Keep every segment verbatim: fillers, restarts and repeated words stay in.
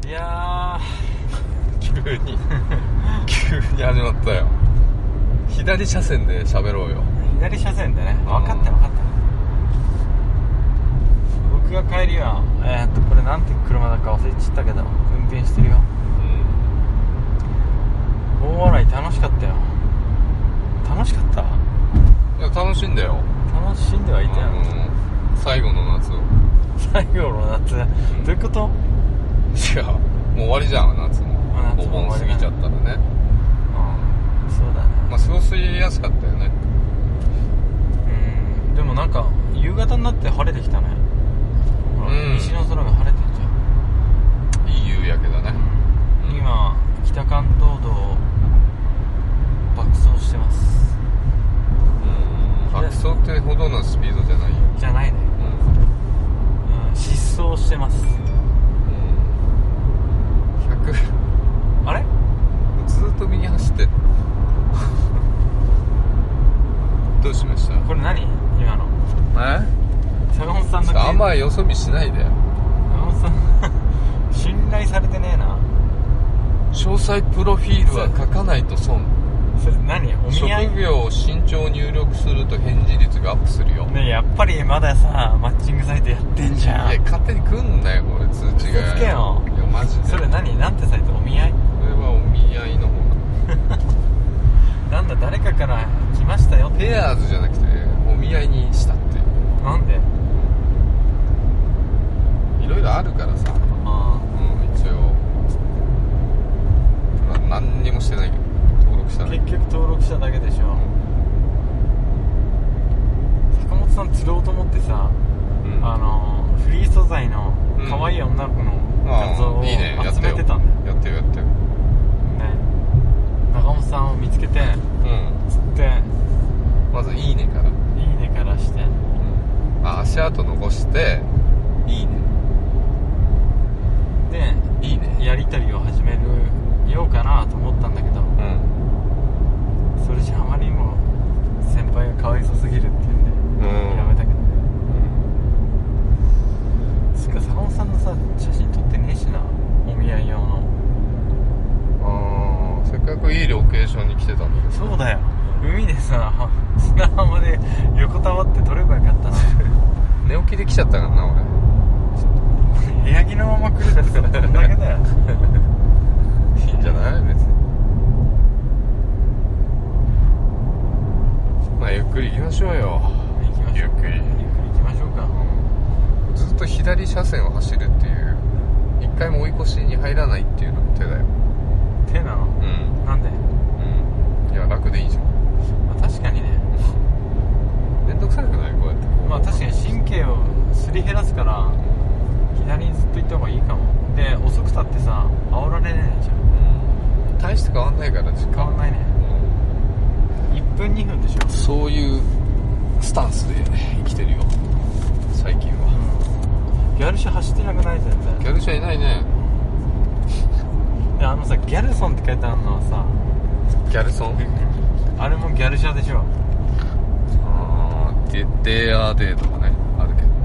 いや急に急に始まったよ。左車線で喋ろうよ。 左車線でね、分かった分かった。僕が帰りはえー、っとこれなんて車だか忘れちゃったけど運転してるよ。うん、大笑い楽しかったよ。楽しかった。 いや楽しいんだよ。 楽しんではいたよ、 うん、最後の夏を。 最後の夏、うん、どういうこと？ いやもう終わりじゃん、夏も。お盆過ぎちゃったらね。 うん、そうだね。 まあ過ごしやすかったよね。 うん、でもなんか夕方になって晴れてきたね。うん、西の空が晴れてんじゃん。 いい夕焼けだね。 うん、今北関東道を爆走してます。 うん、爆走ってほどのスピードじゃないよ。 じゃないね。うん、うん、疾走してます。あれずっと右走ってどうしました？ これ何今の？ え？ 坂本さんのあんまよそ見しないで。 坂本さん信頼されてねえな。 詳細プロフィールは書かないと損。 それ何？お見合い？ 職業を身長入力すると返事率がアップするよ。 ねえ、やっぱりまださマッチングサイトやってんじゃん。 いや勝手に来んなよこれ通知が。 嘘つけよ。 いやマジで。 それ何？なんてサイト？お見合い？ これはお見合いの方だ。 なんだ誰かから来ましたよ。 ペアーズじゃなくてお見合いにしたって。 なんで？ いろいろあるからさ。あ、うん、一応、まあ、何にもしてないけど登録しただけ。 結局登録しただけでしょ。坂本さん釣ろうと思ってさ、うん、あのフリー素材の可愛い女の子の画像を集めてたんだよ。 やってよやってよ。 ね、坂本さんを見つけて、うん、釣ってまずいいねからいいねからして、うん、 あ、足跡残していいねでいいねやり取りを始めるようかなと思ったんだけど、うん、それじゃあまりにも先輩がかわいそすぎるっていうんで、うん、やめたけどね。つうか坂本さんのさ写真撮ってねえしな、お見合い用の。 あー、せっかくいいロケーションに来てたんだけど。 そうだよ、海でさ砂浜で横たわって撮ればよかったな。 寝起きで来ちゃったからな俺。 部屋着のまま来るってさ、どんだけだよ。 いいんじゃない別に。まあゆっくり行きましょうよ。 行きましょう。ゆっくりゆっくり行きましょうか。 うん、ずっと左車線を走るっていう一回も追い越しに入らないっていうのも手だよ。 手なの？うん。なんで？ うん。いや楽でいいじゃん。 まあ、確かにね。 めんどくさくない？こうやってこう。 まあ確かに神経をすり減らすから左にずっと行った方がいいかも。で遅くたってさ煽られねえじゃん。 うん、大して変わんないから時間。 変わんないね。うん、いっぷんにふんでしょ。 そういうスタンスで生きてるよ最近は。 うん、ギャル車走ってなくない全然。 ギャル車いないね。 であのさギャルソンって書いてあるのはさ、 ギャルソンあれもギャル車でしょ。 ああ、デデアーデーとかねあるけどね。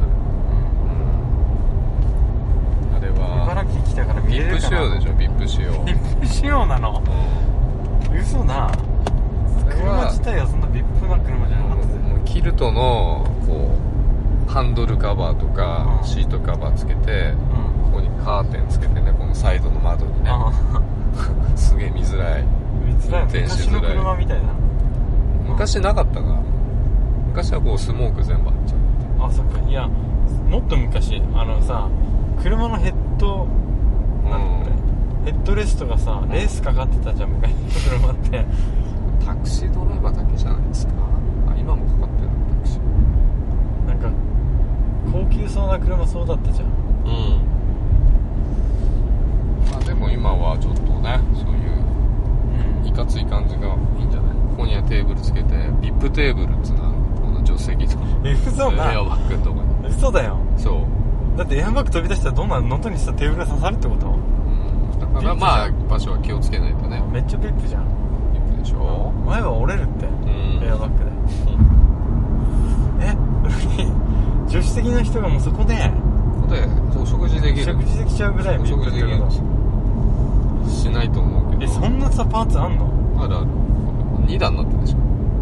うん、あれは茨城来たから見れるかな。 ビップ仕様でしょ。ビップ仕様。 ビップ仕様なの？うん、嘘な。車自体はそんなビップな車じゃなかったぜ。 もうキルトのこうハンドルカバーとか、うん、シートカバーつけて、うん、ここにカーテンつけてね、このサイドの窓にね。すげえ見づらい。 見づらい。昔の車みたいな。 昔なかったか。昔はこうスモーク全部あっちゃって。 あ、そっか。いやもっと昔あのさ車のヘッド、なんだこれ、ヘッドレストがさレースかかってたじゃん昔の車って。 タクシードライバーだけじゃないですか。あ、今もかかってるのタクシー。 なんか高級そうな車そうだったじゃん。 うん。まあでも今はちょっとね、そういういかつい感じがいいんじゃない。ここにはテーブルつけて、ビップテーブルっつうのはこの助手席とか。 え、嘘な。 エアバッグとかに。 嘘だよ。 そう。 だってエアバッグ飛び出したらどんなのとにしたテーブルが刺さるってこと？うん。 だからまあ場所は気をつけないとね。 めっちゃビップじゃん。 でしょ。 前は折れるって、うん、エアバッグで、うん、え助手席の人がもうそこでこでお食事できる、 食事できちゃうぐらいお食事できるしないと思うけど。 え、そんなさパーツあんの？ あらにだんになってるでしょ。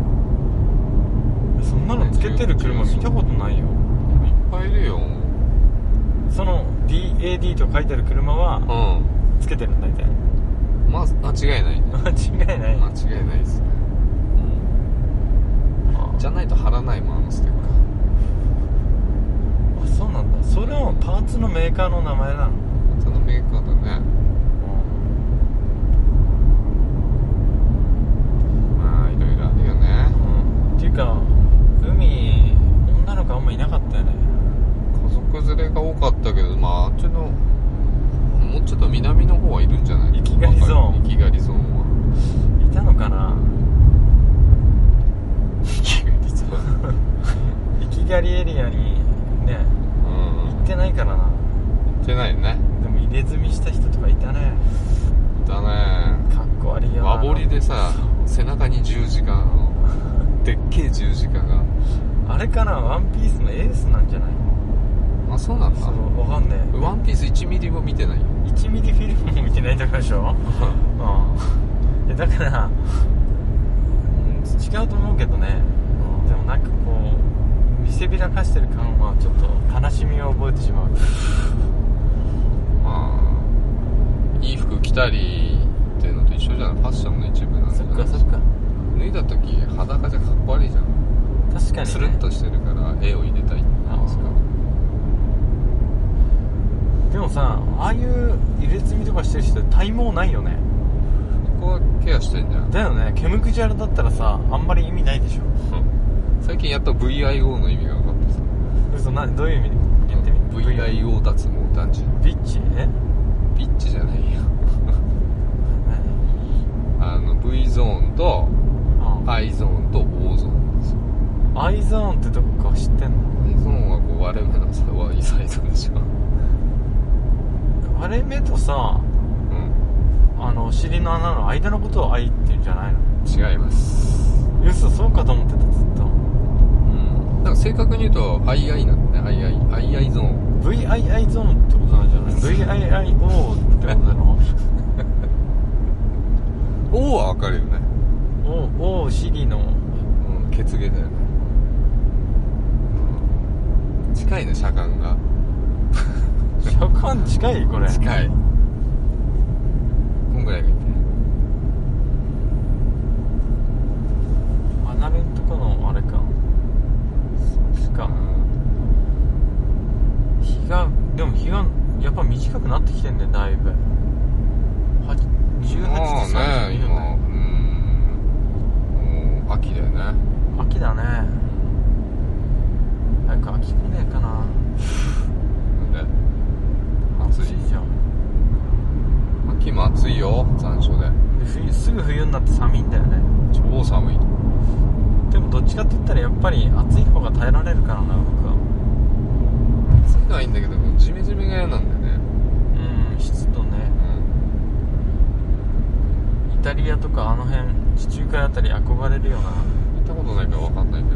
そんなのつけてる車見たことないよ。 いっぱいいるよ。 その ディーエーディー と書いてある車はうんつけてるんだ、大体。 まあ間違いないね。 間違いない。 間違いないですね、うん、じゃないと貼らないもん、あのステッカあ、そうなんだ。それもパーツのメーカーの名前なの？ ー。そのメーカーだね。まあいろいろあるよね、 うん、っていうか海女の子あんまいなかったよね。 家族連れが多かったけど、まああっちのもうちょっと南の方はいるんじゃない？ 雪狩りゾーン。 雪狩りゾーンはいたのかな。 雪狩りゾーン雪狩りエリアにね、 うん、 行ってないからな。 行ってないよね。 でも入れ墨した人とかいたね。 いたね。 かっこ悪いよな。 和彫りでさ、背中に十字架のでっけえ十字架が。 あれかな、ワンピースのエースなんじゃないの？ あ、そうなんだ。 そう、わかんねえ。 ワンピースいちミリも見てないよ。 いちミリフィルムも見てないとかでしょ。うん。いやだから違うと思うけどね、うん、でもなんかこう見せびらかしてる感はちょっと悲しみを覚えてしまう。 まあいい服着たりっていうのと一緒じゃない。ファッションの一部なんだ。 そっかそっか。 脱いだ時裸じゃかっこ悪いじゃん。 確かにね。 つるっとしてるから絵を入れたいって言うんですか。 でもさ、ああいう入れ墨とかしてる人体毛ないよね。 ここはケアしてんじゃん。 だよね。毛むくじゃらだったらさ、あんまり意味ないでしょ。 最近やっと ブイアイオー の意味が分かってさ。 嘘、な、どういう意味で言ってみ。 ブイアイオー 脱毛男児。 ビッチ？え？ ビッチじゃないよあの V ゾーンと I ゾーンと O ゾーンですよ。 I ゾーンってどこか知ってんの？ I ゾーンはこう割れ目のさ、ワイサイドでしょ。 割れ目とさ、 うん、 あのお尻の穴の間のことを I って言うんじゃないの？ 違います。 嘘、そうかと思ってた、ずっと。 うん。だから正確に言うと アイアイ なんだね。 アイアイ アイアイ ゾーンブイアイアイ ゾーンってことなんじゃない？ ブイアイアイオー ってことなの？ O は分かるよね。 O、O、尻の、 うん、血毛だよね、うん、近いね、車間が車間近い？これ近い。こんぐらいがいいね。 離れんとこのあれか。そっか。日が、でも日がやっぱ短くなってきてんだよ、だいぶ。じゅうはちじさんじゅうにふんだよ。 うん、もう秋だよね。 秋だね。早く秋来ねえかな。 なんで暑い暑いじゃん。 秋も暑いよ、残暑で。 で冬、すぐ冬になって寒いんだよね。 超寒い。 でもどっちかって言ったらやっぱり暑い方が耐えられるからな、僕は。 暑いのはいいんだけど、ジメジメが嫌なんだよね。 うん、湿度ね。イタリアとかあの辺、地中海あたり憧れるよな。 行ったことないから分かんないけど、 うん、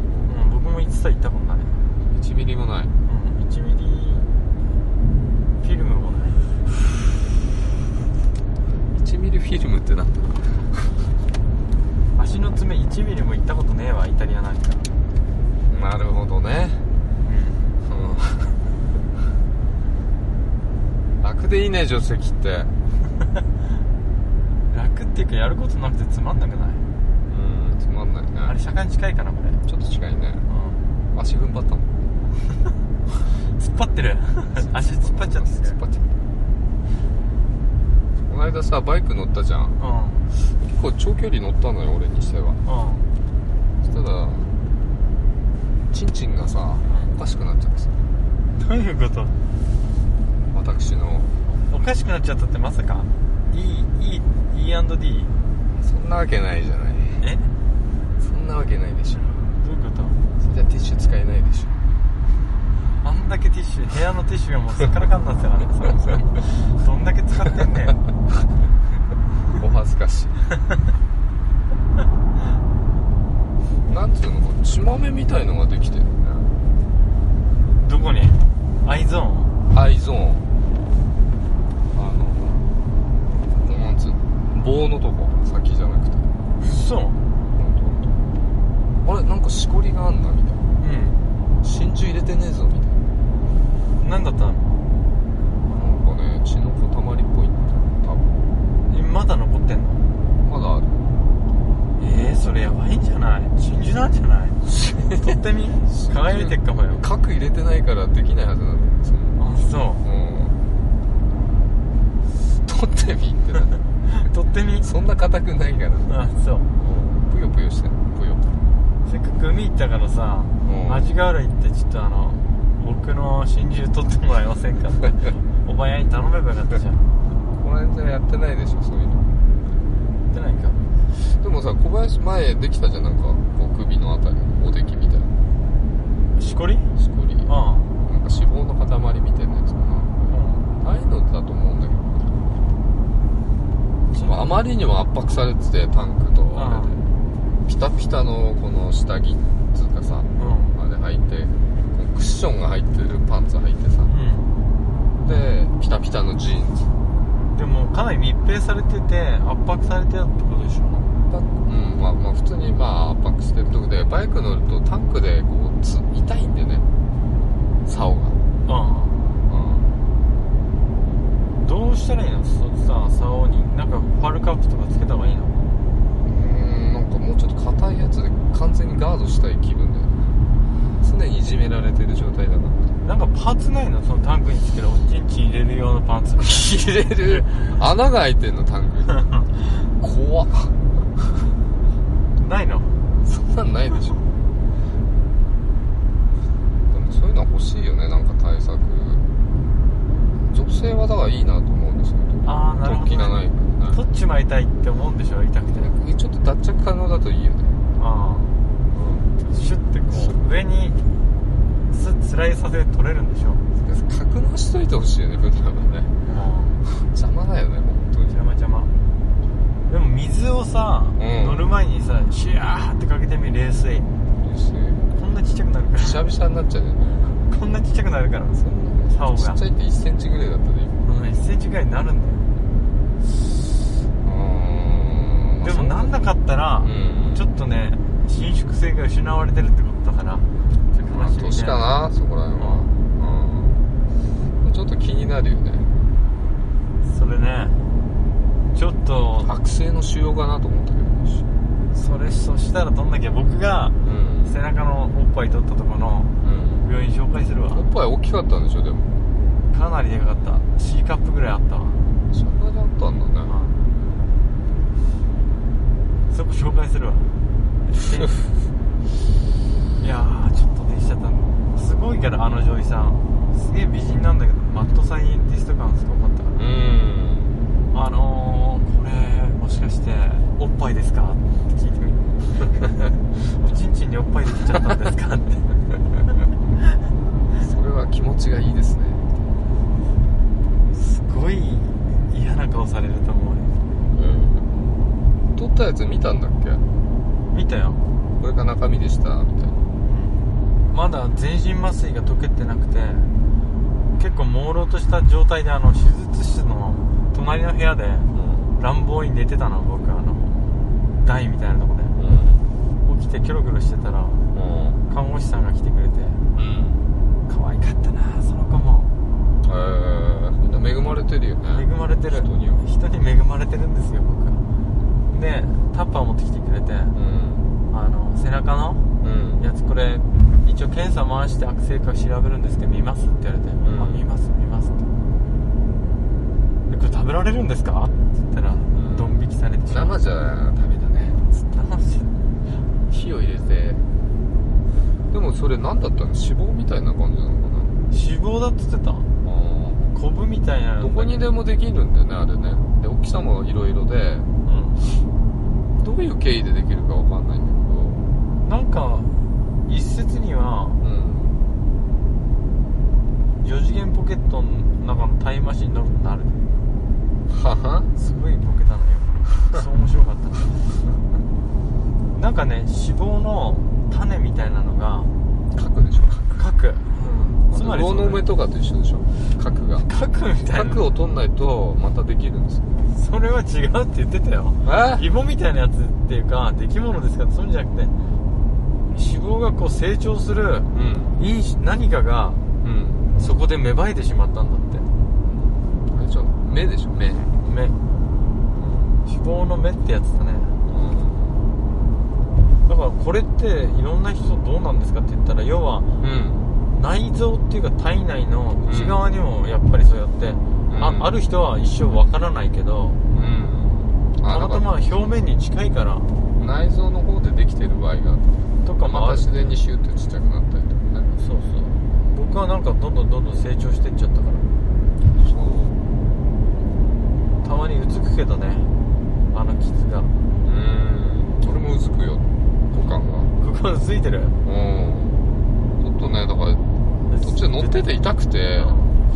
僕もいつさ行ったことない。 いちミリもない。 うん、いちミリフィルムもない。 いちミリフィルムってなんだろう。 足の爪いちミリも行ったことねえわ、イタリアなんか。 なるほどね。 うん、 うん、楽でいいね、助手席って楽っていうかやることなくてつまんなくない？ うん、つまんないね。 あれ車間近いかな、これ。 ちょっと近いね。 うん、 足踏ん張ったの突っ張ってる足突っ張っちゃって突っ張っちゃった。この間さ、バイク乗ったじゃん。 うん、 結構長距離乗ったのよ、俺にしては。 うん、 そしたらチンチンがさ、うん、おかしくなっちゃってさ。 どういうこと？ 私のおかしくなっちゃったってまさか E、E、E&D？ そんなわけないじゃない。 え？ そんなわけないでしょ。 どういうこと？ それじゃティッシュ使えないでしょ。 あんだけティッシュ、部屋のティッシュがもうすっからかんなってたからね。どんだけ使ってんねんお恥ずかしいなんつうのか、血豆みたいのができてるね。 どこに？アイゾーン？ アってみ輝いてっかもよ。 核入れてないからできないはずなんだよ。 あ、そう。 うん。撮ってみってな撮ってみ。 そんな硬くないから。 あ、そう。 ぷよぷよしてる。ぷよ。 せっかく海行ったからさ、味がある行ってちょっとあの僕の真珠撮ってもらえませんかっておばやに頼めばよかったじゃん。 この辺じゃやってないでしょ、そういうの。やってないか。 でもさ、小林前できたじゃん、なんかこう首のあたりおできみたいな。 しこりしこり。 ああ、 なんか脂肪の塊みたいなやつかな。うん。ああいうのだと思うんだけど、あまりにも圧迫されてて、タンクとあれでピタピタのこの下着っつうかさ、うん、あれ履いてこうクッションが入ってるパンツ履いてさ、うん、でピタピタのジーンズでもかなり密閉されてて圧迫されてたってことでしょ。 圧迫、うんまあ、まあ普通にまあ圧迫してるとこでバイク乗るとタンクでこうつ痛いんでね、竿が。ああ、 うん、どうしたらいいの？そさ竿になんかファルカップとかつけた方がいいの？ もうちょっと硬いやつで完全にガードしたい気分だよね。常にいじめられてる状態だから。 なんかパーツないの？そのタンクにつけるおちんちん入れる用のパンツ。 入れる穴が開いてんのタンクに。怖っ。 ないの？ そんなんないでしょ。でもそういうのは欲しいよね、なんか対策。女性はだからいいなと思うんですよ。 ああ、なるほど、ね。 突起がないからね。 取っちまいたいって思うんでしょ、痛くて。 ちょっと脱着可能だといいよね。ああ、 うん、シュッてこう上にスライドさせて取れるんでしょ。 格納しといてほしいよね、普段はね。邪魔だよね、本当に。 邪魔邪魔。でも水をさ、うん、乗る前にさシューってかけてみ、冷水。冷水こんなちっちゃくなるから。 びしゃびしゃになっちゃうよね。 こんなちっちゃくなるから。そんな竿がちっちゃいっていっセンチぐらいだったで、 今。うん、いっセンチぐらいになるんだよ。でもなんなかったら、うん、ちょっとね伸縮性が失われてるってことだから、ちょっと悲しいね。 年かな、そこら辺は、うんうん、ちょっと気になるよね。 それね、ちょっと悪性の腫瘍かなと思ったけど、 それそしたら取んなきゃ。僕が背中のおっぱい取ったところの病院紹介するわ、うん、 おっぱい大きかったんでしょ。でもかなりでかかった。 C カップぐらいあったわ。 そんなにあったんだね、 うん、そこ紹介するわ。いやーちょっとできちゃったのすごいから。あの女医さんすげえ美人なんだけど、マッドサイエンティスト感すごかったから。うん、あのー、これもしかしておっぱいですかって聞いてみる。おちんちんにおっぱいできちゃったんですかって。 それは気持ちがいいですね。 すごい嫌な顔されると思う。 うん。撮ったやつ見たんだっけ？ 見たよ。 これが中身でしたみたいな。 まだ全身麻酔が解けてなくて、結構朦朧とした状態で、あの手術室の隣の部屋で、うん、乱暴に寝てたの。僕あの台みたいなとこで、うん、起きてキョロキョロしてたら、うん、看護師さんが来てくれて、うん、可愛かったなその子も。 へえー、みんな恵まれてるよね。 恵まれてる。人には人に恵まれてるんですよ僕は。でタッパー持ってきてくれて、うん、あの背中のやつ、これ一応検査回して悪性か調べるんですけど見ますって言われて、うん、あ見ます見ますって。でこれ食べられるんですかって言ったら、うん、ドン引きされて、 生じゃダメだねつって火を入れて。でもそれ何だったの？脂肪みたいな感じなのかな。 脂肪だって言ってた。コブみたいな。 どこにでもできるんだよねあれね。で大きさもいろいろで、うん、どういう経緯でできるかわかんないんだけど、 なんか一説には、うん、よ次元ポケットの中のタイムマシンに乗るとなる。 ははすごいボケたのよ。そう面白かったなんかね、脂肪の種みたいなのが核でしょ。 核、うん、 つまり魚の目とかと一緒でしょ。核が核みたいな。 核を取んないとまたできるんですよ。 それは違うって言ってたよ。 えイボみたいなやつっていうか出来物ですから、そういうんじゃなくて脂肪がこう成長する、うん、何かが、うん、そこで芽生えてしまったんだって。 あれじゃ目でしょ。目目、 うん、脂肪の目ってやつだね、うん、だからこれっていろんな人どうなんですかって言ったら、要は、うん、内臓っていうか体内の内側にもやっぱりそうやって、うん、あ, ある人は一生わからないけど、うん、たまたま表面に近いから内臓の方でできてる場合がとかまた自然にシューってちっちゃくなったりとかね。 そうそう、僕はなんかどんどんどんどん成長していっちゃったから。そう、たまにうつくけどね、あの傷が。うーん、俺もうつくよ、股間が。 股間ついてる。うん、 ちょっとね、だから途中乗ってて痛くて、うん、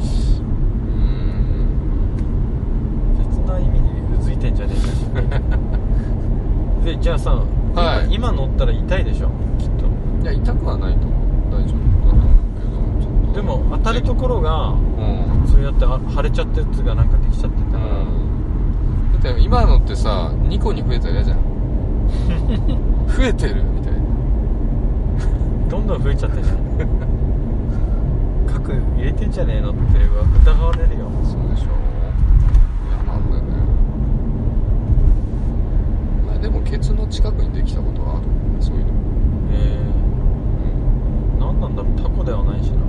別な意味にうついてんじゃねえかで、じゃあさ、はい、今, 今乗ったら痛いでしょきっと。 いや、痛くはないと思う、大丈夫だと思うけど、ちょっとでも当たるところが、うん、そうやって腫れちゃったやつがなんかできちゃってたら、うん、 だって今のってさにこに増えたら嫌じゃん増えてるみたいなどんどん増えちゃってね核入れてんじゃねえのって疑われるよ。 そうでしょ。いや、なんだよね。まあでもケツの近くにできたことはある、そういうの。へえー、うん、何なんだろう、タコではないしな。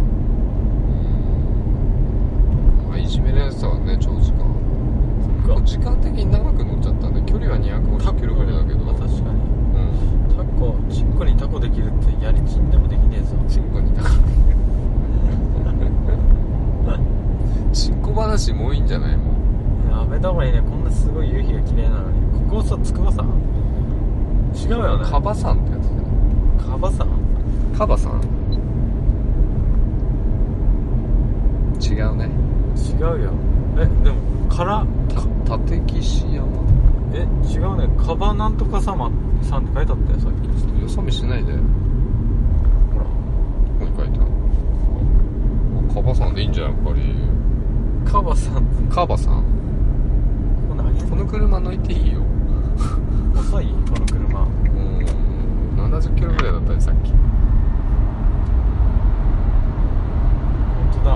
まあ、いじめるやつはね、長時間時間的に長く乗っちゃったんで、距離はにひゃくごじゅっキロぐらいだけど、 まあ、確かに、うん、タコ、チンコにタコできるってやりちんでもできねえぞ。 チンコにタコチンコ話もういいんじゃない？もうやめた方がいいね。こんなすごい夕日が綺麗なのに。ここさ、筑波山違うよね。 カバ山ってやつじゃない？ カバ山？ カバ山違うね。 違うよ。え、でもから立岸山、 え、違うね。カバなんとか様さんって書いてあったよ、さっき。 ちょっとよそ見しないで。ほら、ここに書いてある。カバさんでいいんじゃん、やっぱり。 カバさん、 カバさん、この車抜いていいよ遅い？この車。うん、 ななじゅっキロぐらいだったね、さっき。本当だ。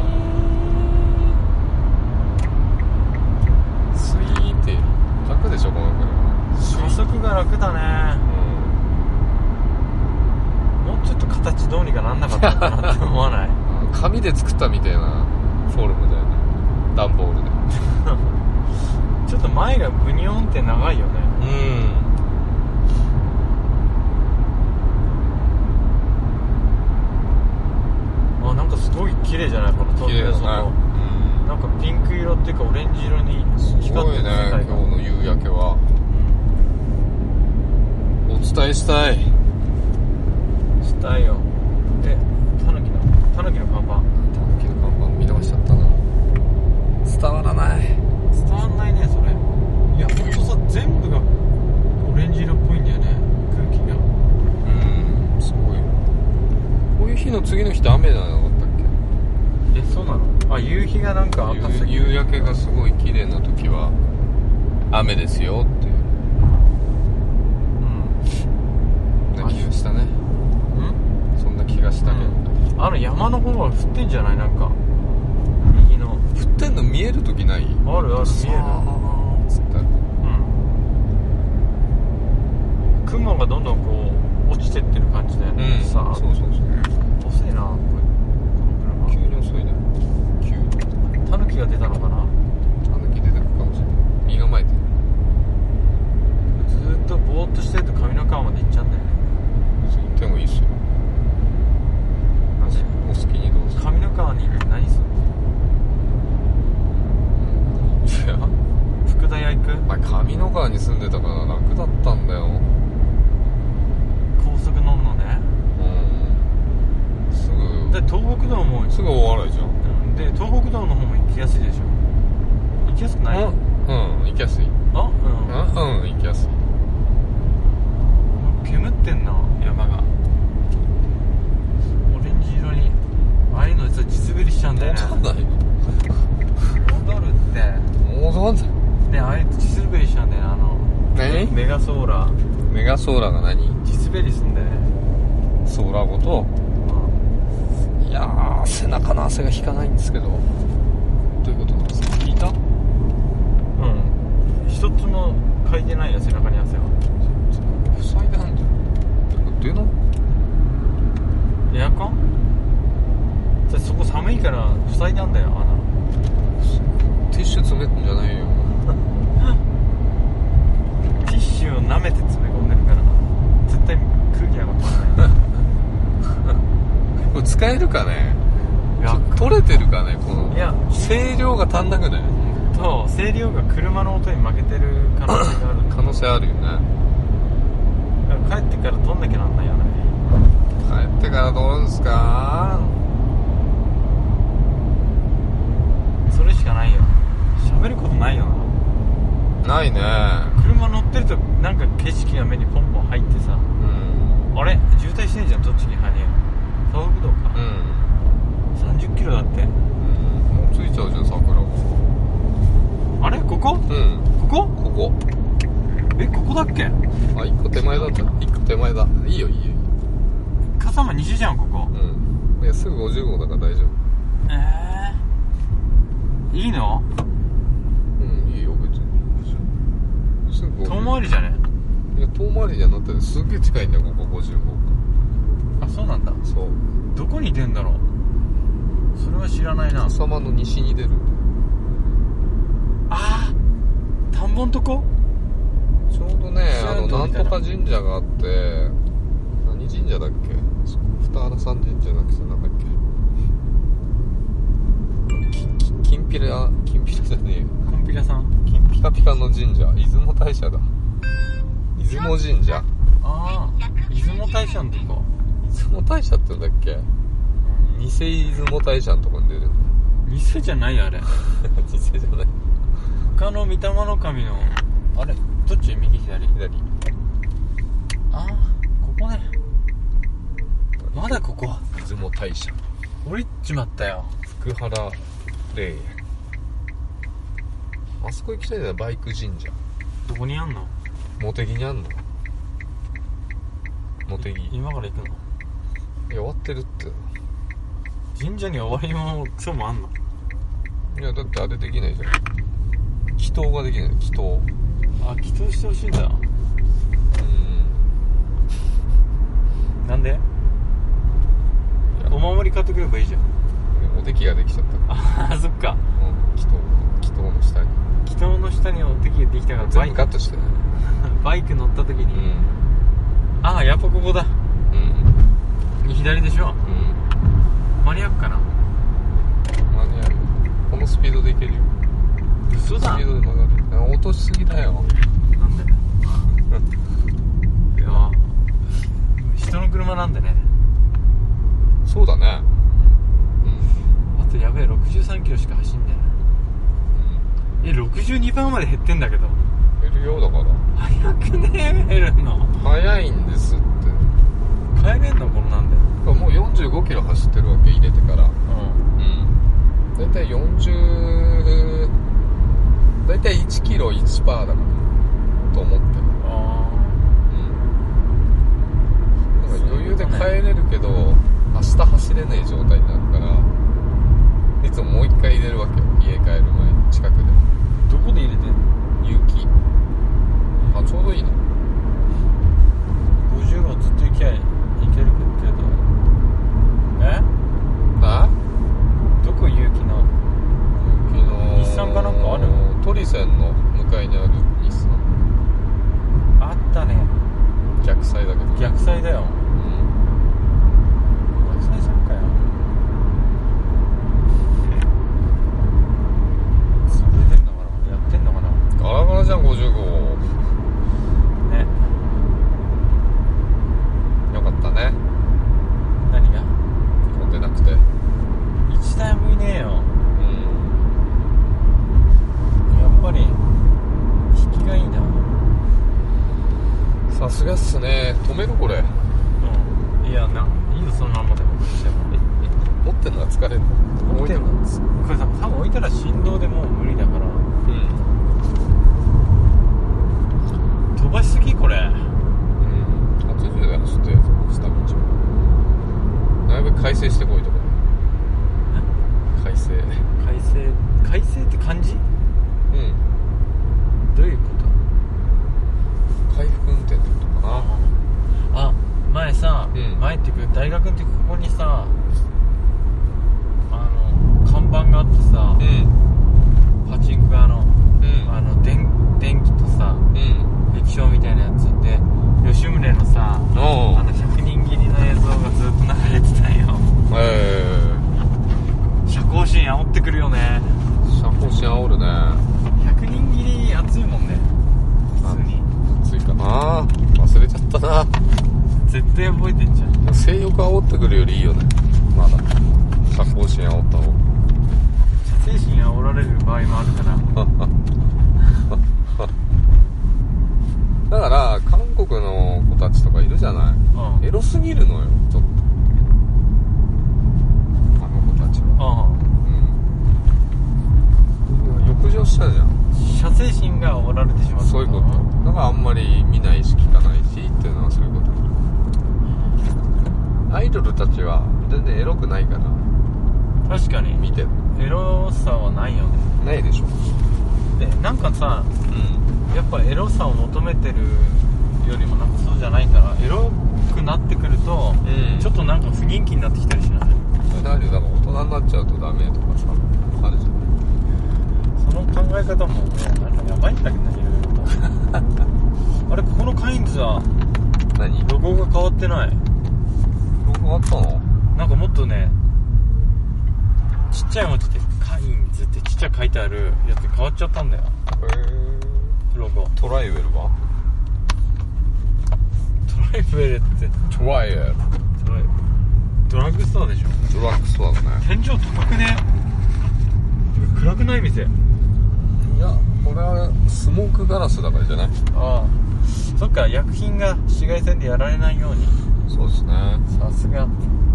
スイーって楽でしょ、この車。 初速が楽だね、うん、もうちょっと形どうにかなんなかったのかなって思わない？ 紙で作ったみたいなフォルムだよね、段ボールでちょっと前がブニョンって長いよね。うん。あ、なんかすごい綺麗じゃない、この透明な外。なんかピンク色っていうかオレンジ色に光ってる世界が。すごいね、 今日の夕焼けは、うん、お伝えしたいしたいよ。え、タヌキのタヌキの看板タヌキの看板見直しちゃったな。伝わらない。 伝わんないね、それ。いや、ほんとさ、全部がオレンジ色っぽいんだよね、空気が。 うん、すごい。こういう日の次の日って雨じゃなかったっけ？え、そうなの？あ、夕日がなんか赤すぎる。夕焼けがすごい綺麗な時は雨ですよっていう、うん、な気がしたね。うん？そんな気がしたけど、うん、 あの山の方は降ってんじゃない？なんか右の降ってんの見える時ない？ あるある、見える。 つったら、うん、 雲がどんどんこう落ちてってる感じだよね、うん、さあ。 そうそうそう、 遅いなこれ、 急に遅いね。 タヌキが出たのかな。 タヌキ出てくるかもしれない。身構えてる。 ずーっとぼーっとしてると上の川まで行っちゃうんだよね。 行ってもいいっすよ。 なんで？ お好きにどうぞ。 上の川に何するの？いや、福田屋行く？ お前上の川に住んでたから楽だったんだよ。 高速乗んのね。 うん、すぐで東北道もすぐ大洗じゃん。 で東北道の方も行きやすいでしょ。行きやすくない？ うん、うん、行きやすい。 あ、うん、 うん、うん、行きやすい。 煙ってんな、山が。オレンジ色に。ああいうの地滑りしちゃうんだよね。 戻んないの？ 戻るって。 戻んない。 ね、ああいう地滑りしちゃうんだよね、あの。 何？ メガソーラー。 メガソーラーが何？ 地滑りすんだよね。 ソーラーごと。いやー、背中の汗が引かないんですけど。どういうことなんですか？引いた？うん。 一つもかいてないよ、背中に汗は。 塞いであんじゃん。どういうこるかね、 いや取れてるかね、このいや声量が足んなくない？ と声量が車の音に負けてる可能性がある可能性あるよね。 帰ってから撮んなきゃなんないよね。 帰ってからどうですか？ それしかないよ。喋ることないよな。 ないね。 車乗ってるとなんか景色が目にポンポン入ってさ、 うん、 あれ渋滞してんじゃん、栃木羽生東北道か、 うん、 さんじゅっキロだって、うん、 もう着いちゃうじゃん桜も。 あれここ？ うん、 ここ？ ここ。 え、ここだっけ？ あ、一個手前だった。一個手前だ。いいよいいよ。 笠間西じゃんここ。 うん、いやすぐごじゅうごだから大丈夫。 えー、いいの？ うん、いいよ別に。すぐ遠回りじゃね？ いや遠回りじゃなくてすっげえ近いんだよここごじゅうご。 あ、そうなんだ。 そう。 どこに出んだろう。それは知らないな。 笠間の西に出る。 ああ、田んぼんとこ？ ちょうどね、あのなんとか神社があって、何神社だっけ？二原山神社だっけ？なんだっけ？きききんぴら、きんぴらじゃねえよ。 こんぴらさん？ ピカピカの神社、出雲大社だ。出雲神社。 ああ、出雲大社のとこ。 出雲大社って言うんだっけ？うん、偽出雲大社のとこに出るんだ。 偽じゃないあれ。 偽じゃない。 他の御霊の神のあれどっち？右左？ 左。 ああ、ここね。まだここ。 出雲大社。 降りちまったよ。 福原霊園。あそこ行きたいんだよ、バイク神社。 どこにあんの？ 茂木にあんの？茂木。 今から行くの？ いや終わってるって。 神社に終わりもクソもあんの？ いやだってあれできないじゃん。祈祷ができない。祈祷。 あ、祈祷してほしいんだ。うん。なんで？お守り買ってくればいいじゃん。 おできができちゃった。 ああ、そっか。 うん、祈祷、祈祷の下に。 祈祷の下におできができたから全部カットしてね。 バイク乗った時に、うん、ああ、やっぱここだ。うん。左でしょ。うん。間に合うかな。 間に合う。このスピードで行けるよ。 嘘だ。 スピードで曲がる。落としすぎだよ。 なんで？いや、人の車なんでね。 そうだね。 うん。あとやべえ、ろくじゅうさんキロしか走んねえ。うん、え、ろくじゅうにパーセントまで減ってんだけど。 減るよだから。 早くねえ、減るの。 早いんですって。 帰れんのこんなんで。 もうよんじゅうごキロ走ってるわけ、入れてから。うん。うん。だいたいよんじゅう、だいたいいちキロいちパーセントだからと思ってる。ああ。うん。だから余裕で帰れるけど、明日走れない状態になるから、いつももう一回入れるわけよ、家帰る前に。近くで。 どこで入れてんの？ 有機。あ、ちょうどいいな。 ごじゅうごずっと行きゃいけるけど。え？ あ？ どこ有機の？ 有機の日産かなんかある？ トリセンの向かいにある日産。 あったね。 逆サイだけど。 逆サイだよ。うん。逆サイさんかよ。潰れてんのかな？やってんのかな？ ガラガラじゃんごじゅうご。 ね。 よかったね。 何が？ 混んでなくて。 一台もいねえよ。うん。やっぱり引きがいいな。 さすがっすね。止めるこれ。 うん。いや、ないいよ、そのままでもしても。 え、え、持ってんのが疲れるの？ 持ってんの？これさ、多分置いたら振動でもう無理だから。うん。飛ばしすぎこれ。うん。 はちじゅうで走ってるやつ、下道も。だいぶ改正してこいとか。改正。 改正。改正って漢字？うん。どういうこと？ 回復運転ってことかな。 あ、前さ、うん、前っていうか大学の時ここにさ、あの看板があってさ、うん、はちな。忘れちゃったな。 絶対覚えてんじゃん。 性欲煽ってくるよりいいよね。まだ社交心煽った方。 精神煽られる場合もあるからだから韓国の子たちとかいるじゃない、うん、エロすぎるのよちょっとあの子たちは、うん、浴場したじゃん。 射精心が煽られてしまう。 そういうことだからあんまり見ないし聞かないしっていうのはそういうこと。アイドルたちは全然エロくないから確かに見てるエロさはないよね。 ないでしょ。 でなんかさ、うん、やっぱエロさを求めてるよりもなんかそうじゃないからエロくなってくると、うん、ちょっとなんか不人気になってきたりしない？ それ大丈夫だから大人になっちゃうとダメとかさあるじゃない。 その考え方もねなんかやばいんだけどねいろいろとあれここのカインズは何ロゴが変わってない。 ロゴあったの？ なんかもっとねちっちゃい文字でカインズってちっちゃい書いてあるやつ変わっちゃったんだよ。へーロゴ。 トライウェルは？ トライウェルってトライウェルトライドラッグストアでしょ。 ドラッグストアだね。 天井高くね？暗くない店？いやこれはスモークガラスだからじゃない？ ああそっか薬品が紫外線でやられないように。 そうですね。 さすが。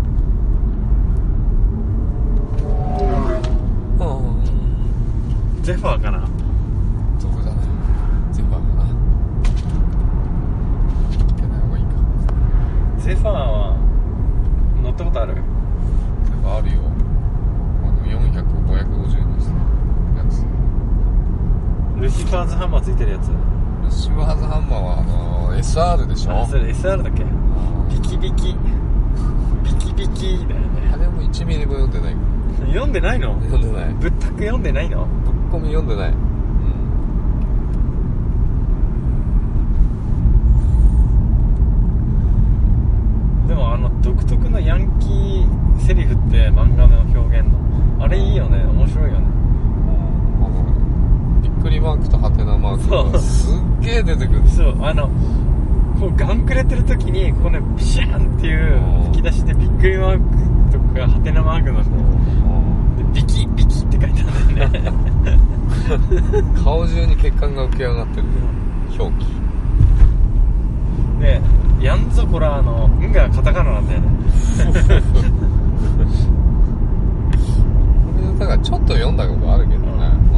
ゼファーかな。 どこだね。ゼファーかな。行けない方がいいか。 ゼファーは乗ったことある？ ゼファーあるよ。あのよんひゃく、ごひゃくごじゅうのやつ。 ルシファーズハンマーついてるやつ。 ルシファーズハンマーはあの エスアール でしょ。 あそれ エスアール だっけ？ビキビキビキビキだよね。 あれもいちミリも読んでない。 読んでないの？ 読んでない。 ぶったく読んでないの？ ぶっ込み読んでない。うん。 でもあの独特のヤンキーセリフって漫画の表現のあれいいよね。面白いよね。 あのびっくりマークとハテナマークがすっげえ出てくる。 そうあのこうガンくれてる時にここねビシャンっていう吹き出しでびっくりマークとかハテナマークなんだよ。ビキビキって書いてあるんだよね顔中に血管が浮き上がってる、うん、表記でやんぞこらの「ん」がカタカナなんだよねこれだからちょっと読んだことあるけどね、うん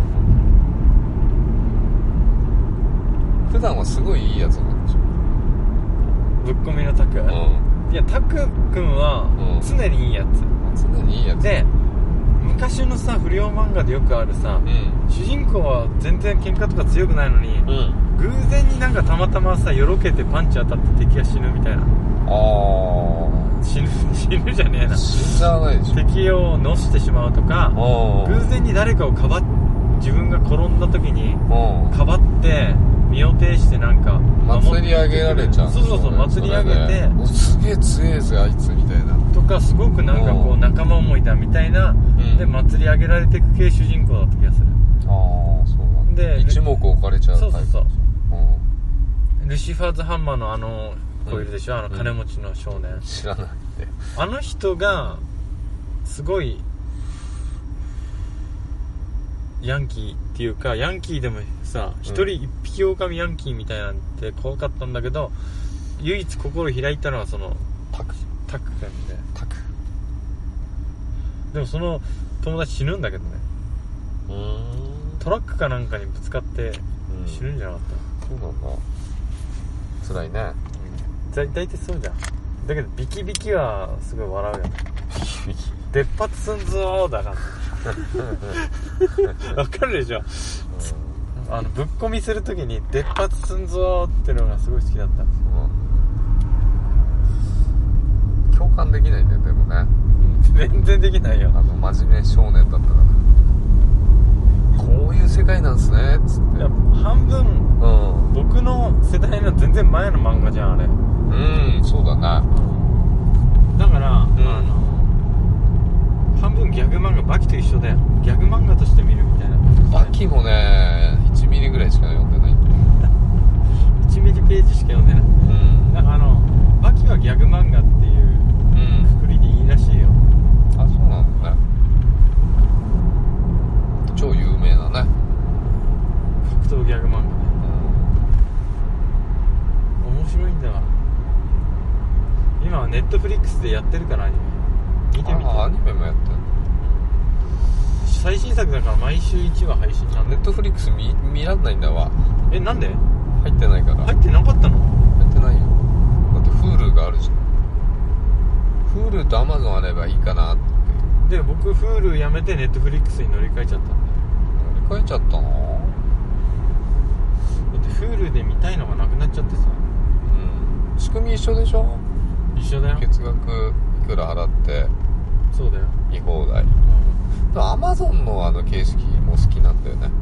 、普段はすごいいいやつなんでしょ。 ぶっ込みのタク、うん、いやタク君は常にいいやつ、 うん、常にいいやつで昔のさ不良漫画でよくあるさ、うん、主人公は全然喧嘩とか強くないのに、うん、偶然になんかたまたまさよろけてパンチ当たって敵が死ぬみたいな。あ死ぬ死ぬじゃねえな死んじゃわないでしょ。 敵をのしてしまうとか偶然に誰かをかばっ自分が転んだ時にかばって身を挺してなんか祭り上げられちゃう。 そうそうそう祭り上げてすげえ強えぜあいつみたいなとかすごくなんかこう仲間思いだみたいな、うん、で祭り上げられていく系主人公だった気がする。 ああそうなんだ。で一目置かれちゃうタイプ。そうそうそう、 うん、ルシファーズハンマーのあの子いるでしょ、うん、あの金持ちの少年、 うん、知らないって。 あの人がすごいヤンキーっていうかヤンキーでもさ一、うん、人一匹狼ヤンキーみたいなんて怖かったんだけど唯一心開いたのはそのタクタク君でタクでもその友達死ぬんだけどね。うーんトラックかなんかにぶつかって死ぬんじゃなかった、 うん、そうなんだ。辛いね、 うん、大体そうじゃん。だけどビキビキはすごい笑うよね。ビキビキ出発すんぞーだからわかるでしょ、うん、あのぶっ込みするときに出発すんぞーってのがすごい好きだった。 共感できないんだよでもね。 全然できないよ。 あの真面目少年だったからこういう世界なんすねっつって。いや半分、うん、僕の世代の全然前の漫画じゃんあれ。 うんそうだな、うん、 だから、うん、あの半分ギャグ漫画バキと一緒だよ。ギャグ漫画として見るみたいな。 バキもねいちミリぐらいしか読んでないんでいちじめじページしか読んでない、うん、なんかあのバキはギャグ漫画っていうくくりでいいらしいよ、うん、 あ、そうなんだね。超有名なね格闘ギャグ漫画ね、うん、面白いんだから今はネットフリックスでやってるからアニメ見てみて。 ああ、アニメもやってる。 最新作だから毎週いちわ配信なんだ。 ネットフリックス 見, 見らんないんだわ。 え、なんで？ 入ってないから。 入ってなかったの？ 入ってないよ。だって Hulu があるじゃん。Hulu と Amazon あればいいかなって。 で、僕 Hulu やめてネットフリックスに乗り換えちゃったんだよ。 乗り換えちゃったの？ だって Hulu で見たいのがなくなっちゃってさ。 うん。仕組み一緒でしょ？ 一緒だよ。 月額いくら払ってそうだよ、 見放題、うん、アマゾンのあの形式も好きなんだよね。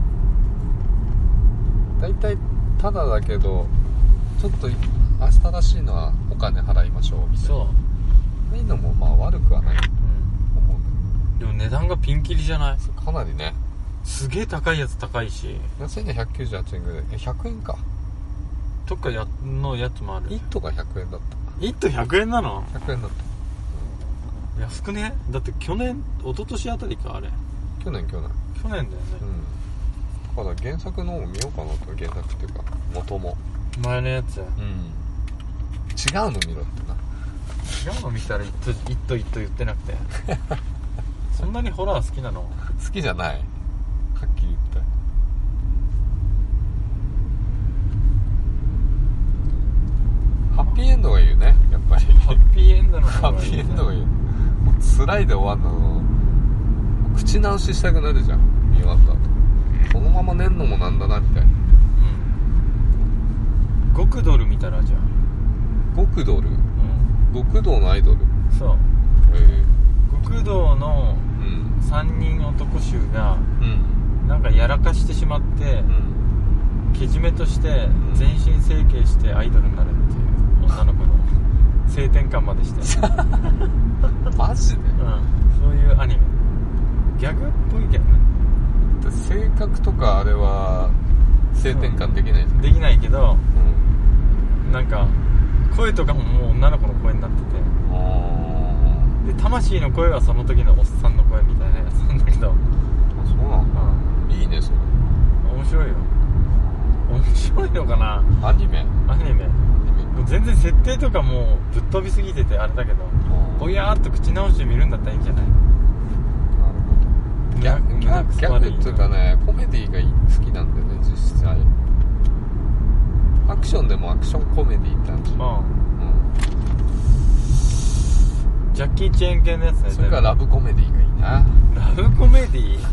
だいたいタダだけどちょっと明日らしいのはお金払いましょうみたいな。そういいのもまあ悪くはない、うん、思うんだけど、 でも値段がピンキリじゃない？ かなりね。 すげえ高いやつ高いし、 安いのひゃくきゅうじゅうはちえんぐらい。え、ひゃくえんか。 どっかやのやつもある。 イットがひゃくえんだった。 イットひゃくえんなの？ ひゃくえんだった、 うん、安くね？だって去年一昨年あたりかあれ。 去年去年去年だよね、 うん、だから原作の方を見ようかなと。原作っていうか元も前のやつ、うん、 違うの見ろってな。 違うの見たらイットイットイット言ってなくてそんなにホラー好きなの？ 好きじゃない、はっきり言って。ハッピーエンドがいいよね、やっぱり。 ハッピーエンドの方がいい、ね、ハッピーエンドがいい。もう辛いで終わんの口直ししたくなるじゃん、見終わった後。このまま寝んのもなんだなみたいな。 うん。極ドル見たらじゃあ。 極ドル、うん、極道のアイドル。 そう、 えー、 極道のさんにん男衆が、うん、なんかやらかしてしまって、うん、けじめとして全身整形してアイドルになるっていう女の子の性転換までしてマジで？ うん、そういうアニメ。ギャグっぽいけどね。 性格とかあれは性転換できない、うん、 できないけど、うん、なんか声とかももう女の子の声になってて、で魂の声はその時のおっさんの声みたいなやつなんだけど。あ、 そうなんだ、うん、いいねそれ。 面白いよ。面白いのかな。 アニメアニメ全然設定とかもうぶっ飛びすぎててあれだけど、ぼやーっと口直して見るんだったらいいんじゃない？なるほど。ギャグ、ギャグ、ギャグっていうかね、コメディが好きなんだよね、実際。アクションでもアクションコメディって感じ。うん、うん、 ジャッキー・チェーン系のやつね。 それからラブコメディがいいな。 ラブコメディ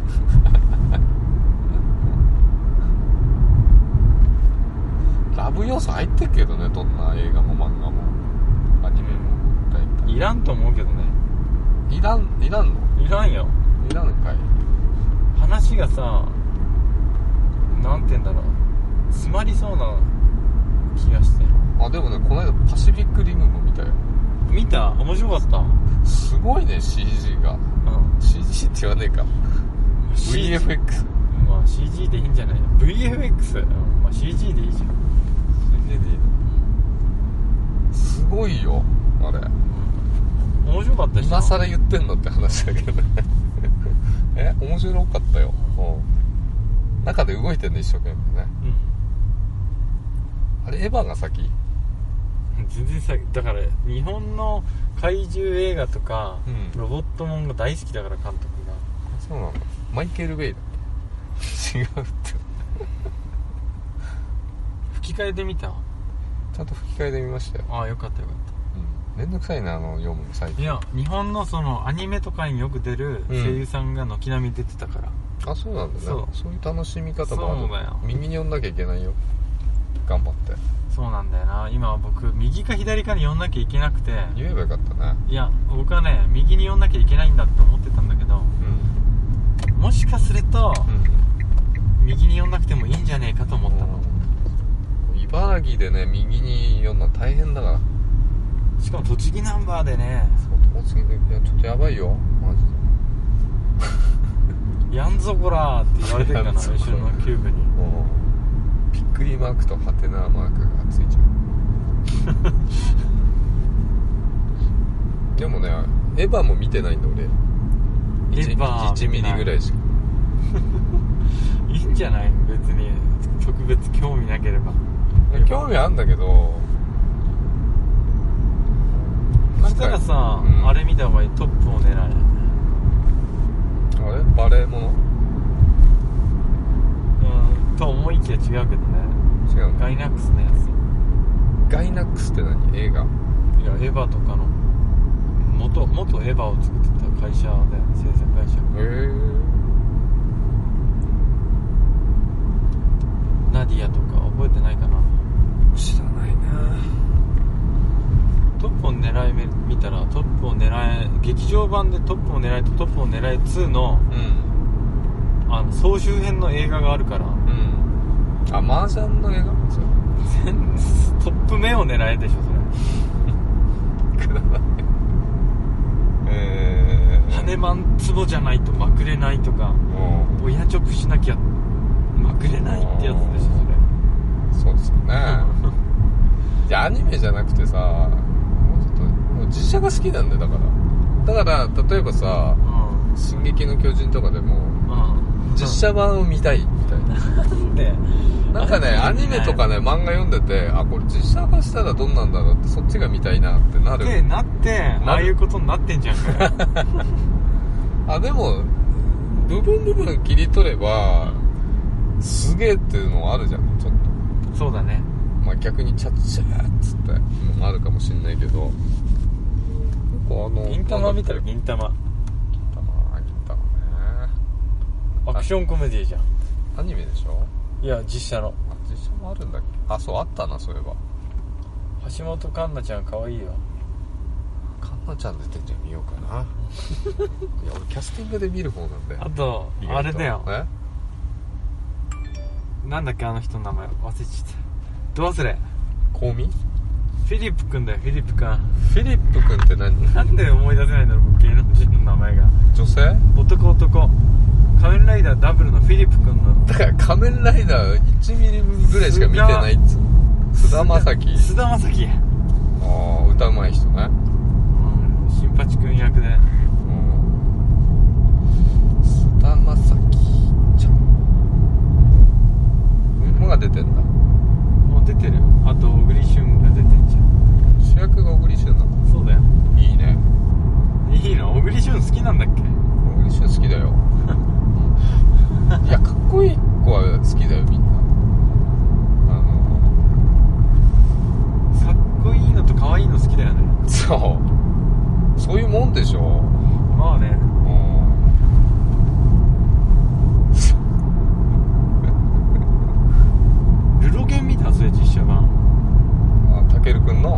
ラブ要素入ってるけどね、どんな映画も漫画もアニメも大体。 いらんと思うけどね。 いらん、いらんの？ いらんよ。 いらんかい。 話がさ、なんて言うんだろう、詰まりそうな気がして。 あ、でもね、この間パシフィックリムも見たよ。 見た？面白かった。 すごいね、 シージー が、うん、シージー って言わねえか、 ブイエフエックス。 まあ シージー でいいんじゃない？ ブイエフエックス、うん、まあ シージー でいいじゃん。 シージー でいいの。 すごいよあれ、うん、 面白かったでしょ。 今更言ってんのって話だけどねえ、面白かったよ、うん、中で動いてんの一生懸命ね、うん、あれエヴァが先？ 全然先だから。日本の怪獣映画とか、うん、ロボットもんが大好きだから、監督が。 そうなんだ。マイケル・ベイだ違うって吹き替えで見た？ ちゃんと吹き替えで見ましたよ。 ああ、よかったよかった。 うん、めんどくさいな、あの読むの最近。 いや、日本のそのアニメとかによく出る声優さんが軒並み出てたから、 うん、あ、そうなんだね。 そう、 そういう楽しみ方もある。 そうだよ。 右に読んなきゃいけないよ、頑張って。 そうなんだよな。今は僕右か左かに読んなきゃいけなくて。 言えばよかったね。 いや、僕はね、右に読んなきゃいけないんだって思ってたんだけど、うん、もしかすると、うん、右に読んなくてもいいんじゃねえかと思ったの。 茨城でね、右に読んだら大変だから。 しかも栃木ナンバーでね。 そう、栃木で、いや、ちょっとやばいよマジでやんぞこらーって言われてるかな後ろのキューブに。びっくりマークとハテナマークがついちゃうでもねエヴァも見てないんだ俺。 エヴァいちミリぐらいしかいいんじゃない、別に特別興味なければ。 興味あるんだけど、 そしたらさ、うん、あれ見た方がいい。トップを狙え。 あれバレーものうんと思いきや違うけどね。 違う。 ガイナックスのやつ。 ガイナックスって何？映画？ いやエヴァとかの元元エヴァを作ってた会社で、制作会社。 へえ。 ナディアとか覚えてないかな。 知らないな。 トップを狙い見たらトップを狙え劇場版でトップを狙いとトップを狙いツーの、うん、あの総集編の映画があるから、うん、 あ麻雀の映画トップ目を狙えでしょそれくだらないえー、羽マンツボじゃないとまくれないとか、親チョップしなきゃまくれないってやつでしょそれ。そうですよねいやアニメじゃなくてさ、もうちょっともう実写が好きなんだよ。だからだから例えばさ、うん、進撃の巨人とかでも、うん、実写版を見たいみたいな。なんでなんかねアニメとかね漫画読んでて、あこれ実写化したらどんなんだろうって、そっちが見たいなってなる。 でなってああいうことになってんじゃんかあでも部分部分切り取ればすげえっていうのはあるじゃんちょっと。そうだね。 まあ逆にチャッチャーっつってのもあるかもしんないけど、結構あの銀玉見たら銀玉銀玉銀玉ね。 アクションコメディじゃん。 アニメでしょ？いや実写の。 あ実写もあるんだっけ？あそうあったなそういえば。 橋本環奈ちゃん可愛いよ。 環奈ちゃん出てんじゃん見ようかな。いや俺キャスティングで見る方なんで。 あとあれだよ。え？なんだっけあの人の名前忘れちゃった。ど忘れ。 コウミ？ フィリップくんだよ。フィリップくん。 フィリップくんって何？ なんで思い出せないんだろう芸能人の名前が。 女性？ 男男。仮面ライダーダブルのフィリップくんの。 だから仮面ライダーいちミリぐらいしか見てないっつ。菅田将暉。 菅田将暉。 ああ歌うまい人ね。 うん。新八くん役で。うん。 菅田将暉ちゃん。もが出てんだ。 もう出てる。あと小栗旬が出てんじゃん。 主役が小栗旬なの？ そうだよ。 いいね。 いいの？小栗旬好きなんだっけ？ 小栗旬好きだよ。いやかっこいい子は好きだよみんな。あのかっこいいのと可愛いの好きだよね。 そうそういうもんでしょ。 まあね。ルロケン見た？それ実写版。 あたけるくんの。うん。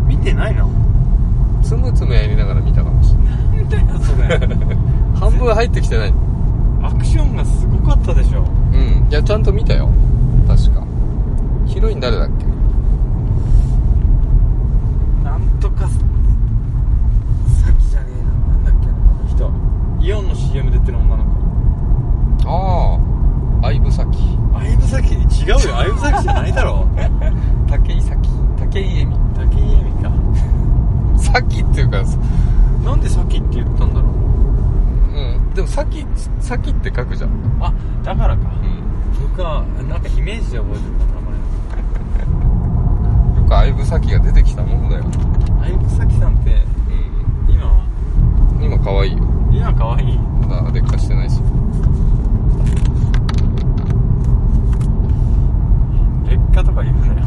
見てないの？ つむつむやりながら見たかもしれない。 なんだよそれ。 半分入ってきてない。 アクションがすごかったでしょ。 うん。いやちゃんと見たよ。確か。ヒロイン誰だっけ？ なんとかさきじゃねえな。なんだっけなあの人。イオンの シーエム 出てる女の子。 ああ。相武咲。 相武咲違うよ。相武咲じゃないだろ。 武井咲。武井絵美。 武井絵美か。 咲っていうか。 なんで咲って言ったんだろう。 うん、でもさきさきって書くじゃん。 あだからか。うん、僕はなんかイメージで覚えてるんだ名前。 よく相武咲が出てきたもんだよ。 相武咲さんって、うん、今は今可愛いよ。 今可愛い。 まだ劣化してないし。 劣化とか言うなよ。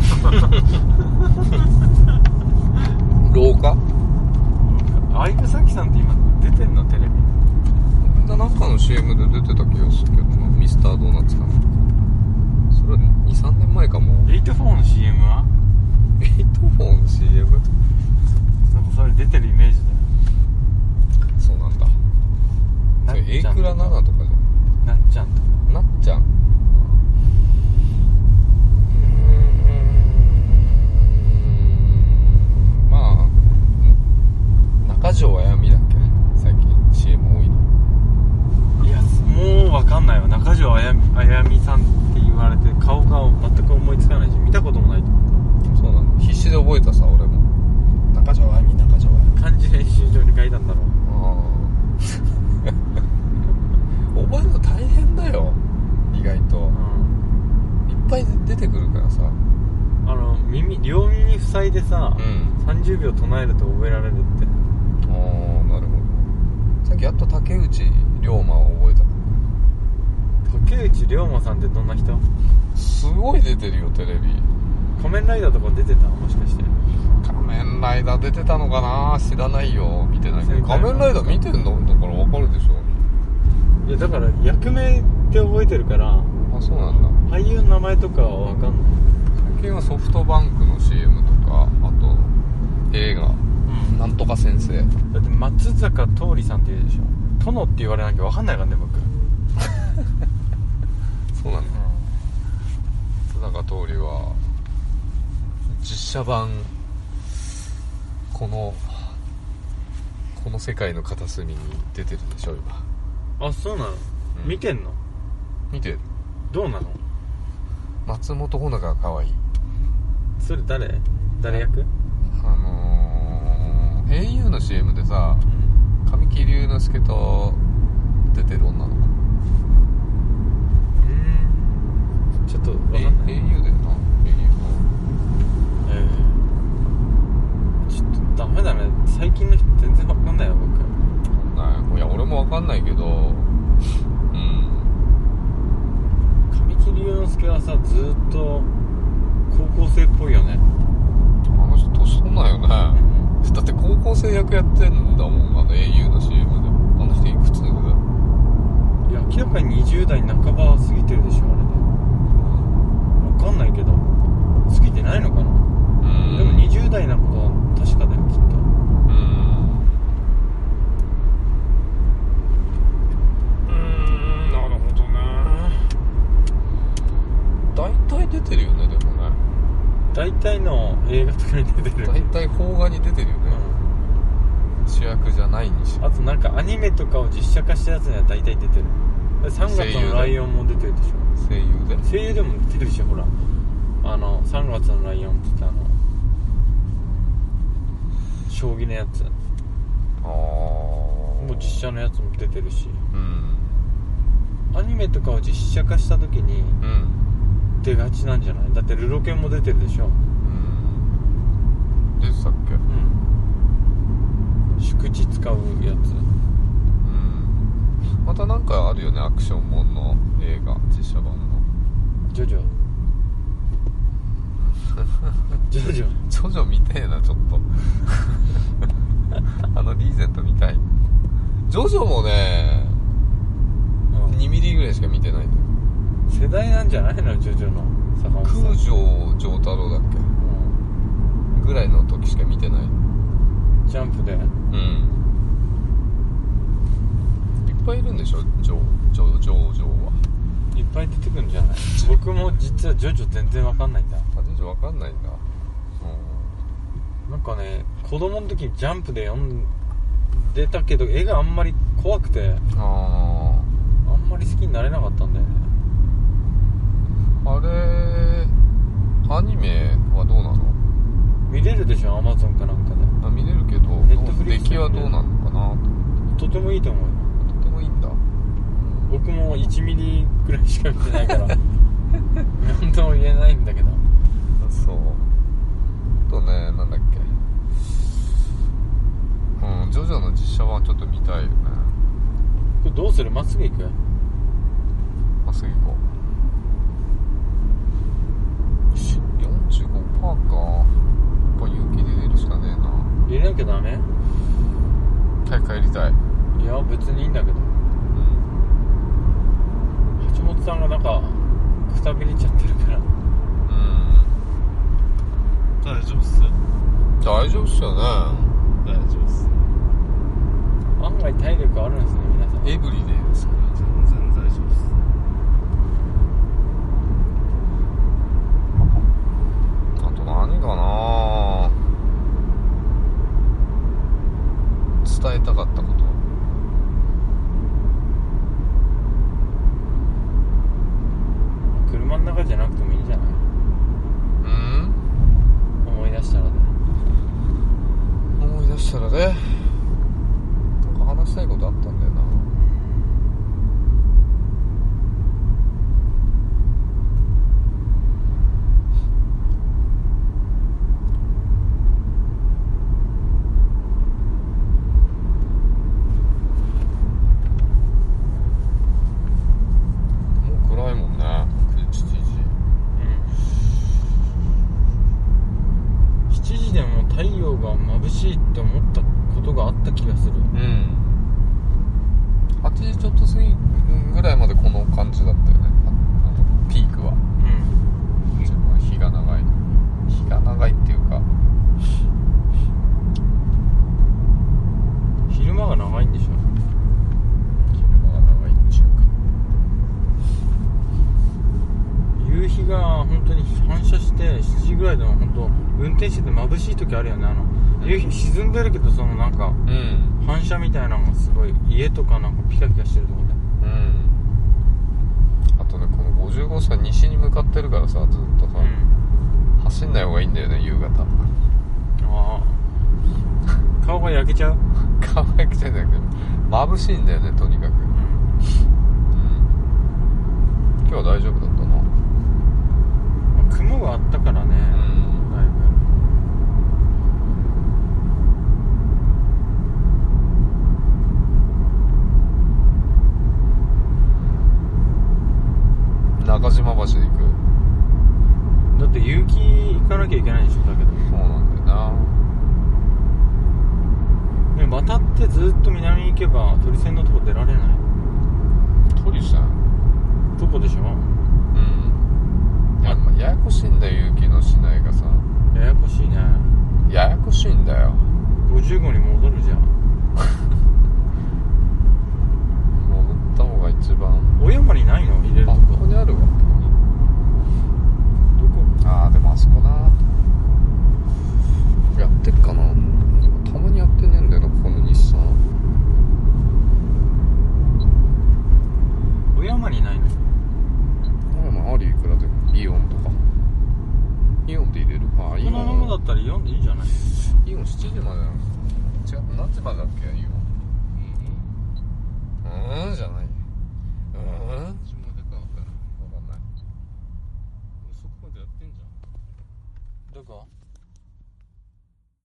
老化？ 相武咲さんって今出てんのテレビ？ なんかの シーエム で出てた気がするけどな。ミスタードーナツかな。それは にさんねんまえかも。 エイトフォーの シーエム は？ エイトフォーの シーエム？ なんかそれ出てるイメージだよ。 そうなんだ。それエイクラななとかじゃない？ やみさんって言われて顔が全く思いつかないし見たこともないと思った。 そうなの、必死で覚えたさ俺も。 中条あやみ、中条あやみ、 漢字練習場に書いたんだろう。 覚えるの大変だよ意外と、うん、いっぱい出てくるからさ。 あの耳両耳塞いでさ、うん、さんじゅうびょう唱えると覚えられるって。 ああなるほど。さっきやっと竹内涼真を覚えた。 竹内涼真さんってどんな人？ すごい出てるよテレビ。 仮面ライダーとか出てた？もしかして。 仮面ライダー出てたのかな、知らないよ、見てないけど。仮面ライダー見てんのだから分かるでしょ。 いやだから役名って覚えてるから。あ、 そうなんだ。 俳優の名前とかは分かんない。 最近はソフトバンクの シーエム とか、あと映画、うん、なんとか先生。 だって松坂桃李さんって言うでしょ。殿って言われなきゃ分かんないからね僕。 そうなんだ、うん、松坂桃李は実写版このこの世界の片隅に出てるでしょ今。あ、そうなの、うん、見てんの？ 見てる。 どうなの？ 松本穂香が可愛い。 それ誰？誰役？ あのー、エーユー の シーエム でさ、うん、神木隆之介と出てる女の子。うーん、ちょっと分かんない。 エーユー だよな。 エーユーえー、ちょっとダメだね、最近の人全然分かんないよ僕。 分かんない。いや俺も分かんないけど、うん、 神木隆之介はさずーっと高校生っぽいよね。 あの人年取んないよね、うん、だって高校生役やってんだもん、あの エーユー の シーエム で。あの人いくつ？ いや明らかににじゅう代半ば過ぎてるでしょあれで。分かんないけど過ぎてないのかな。うん、でもにじゅう代なことは確かだよきっと。うんうーん、なるほどね。大体出てるよねでもね。 大体の映画とかに出てる。 大体邦画に出てるよね、うん、主役じゃないにしろ。 あとなんかアニメとかを実写化したやつには大体出てる。さんがつのライオンも出てるでしょ。 声優で声優でも出てるでしょ。ほらあのさんがつのライオンって言ってあの将棋のやつ。ああもう実写のやつも出てるし、うん、アニメとかを実写化した時に、うん、出がちなんじゃない？だってルロケンも出てるでしょ、うん、 出てたっけ？ うん宿地使うやつ、うん、 またなんかあるよねアクションもんの映画実写版のジョジョジョジョジョジョ見てえなちょっとあのリーゼント見たい。ジョジョもね、うん、にミリぐらいしか見てないの。 世代なんじゃないのジョジョの坂本さん。 空城城太郎だっけ、うん、ぐらいの時しか見てない。 ジャンプでうんいっぱいいるんでしょジョジョジョジョはいっぱい出てくるんじゃない僕も実はジョジョ全然わかんないんだ。 あ、ジョジョわかんないんだ。 うん、なんかね子供の時にジャンプで読んでたけど絵があんまり怖くて あ, あんまり好きになれなかったんだよね。 あれアニメはどうなの？ 見れるでしょアマゾンかなんかで。 あ見れるけどネットフリックス出来はどうなのかなと。とてもいいと思うよ。 とてもいいんだ。 僕もいちミリくらいしか見てないから何とも言えないんだけど。 そうとねなんだっけ、うんジョジョの実写版ちょっと見たいよね。 これどうする？まっすぐ行く？ まっすぐ行こう。よんじゅうごパーセント か。やっぱ勇気で出るしかねえな。 入れなきゃダメ？ はい帰りたい。 いや別にいいんだけど、橋本さんがなんかくたびれちゃってるから。うん大丈夫っす。 大丈夫っすよね。 大丈夫っす。 案外体力あるんですね皆さん。 エブリデイですね。 全然大丈夫っす。 あと何かな伝えたかったこと。 うん中じゃなくてもいいんじゃない？ うん思い出したらね。 思い出したらね、なんか話したいことあったんだよな。 眩しいって思ったことがあった気がする。 うんはちじちょっと過ぎぐらいまでこの感じだったよね、あのピークは。うん一番日が長い日が長いっていうか昼間が長いんでしょ。 昼間が長いっていうか夕日が本当に反射してしちじぐらいでも本当運転してて眩しい時あるよね。あの夕日沈んでるけどそのなんか、うん、反射みたいなのがすごい家とかなんかピカピカしてるとこで、うん、 あとねこのごじゅうごさ西に向かってるからさずっとさ、うん、走んない方がいいんだよね夕方。 ああ顔が焼けちゃう顔が焼けちゃうんだけど眩しいんだよねとにかく、うんうん、今日は大丈夫だったな。 雲があったからね、うん中島橋で行く。 だって結城行かなきゃいけないでしょ。だけどそうなんだよな。 ね、渡ってずっと南に行けば鳥線のとこ出られない。 鳥線どこでしょ。 うんや, ややこしいんだよ結城の市内がさ。 ややこしいね。 ややこしいんだよ。 ごじゅうごに戻るじゃん戻った方が一番。 小山にないの入れるとこ。 あ、ここにあるわ。どこ？あーでもあそこなやってっかな。たまにやってねえんだよなここの日産。 小山にないの？ 小山ありいくらでもイオンとか。イオンで入れる。あイオン。 このままだったらイオンでいいんじゃない？ イオンしちじまでなの。違う何時までだっけイオン。うんうんじゃない。うん自分でか分からん。 分かんない。 そこまでやってんじゃん。 どこ？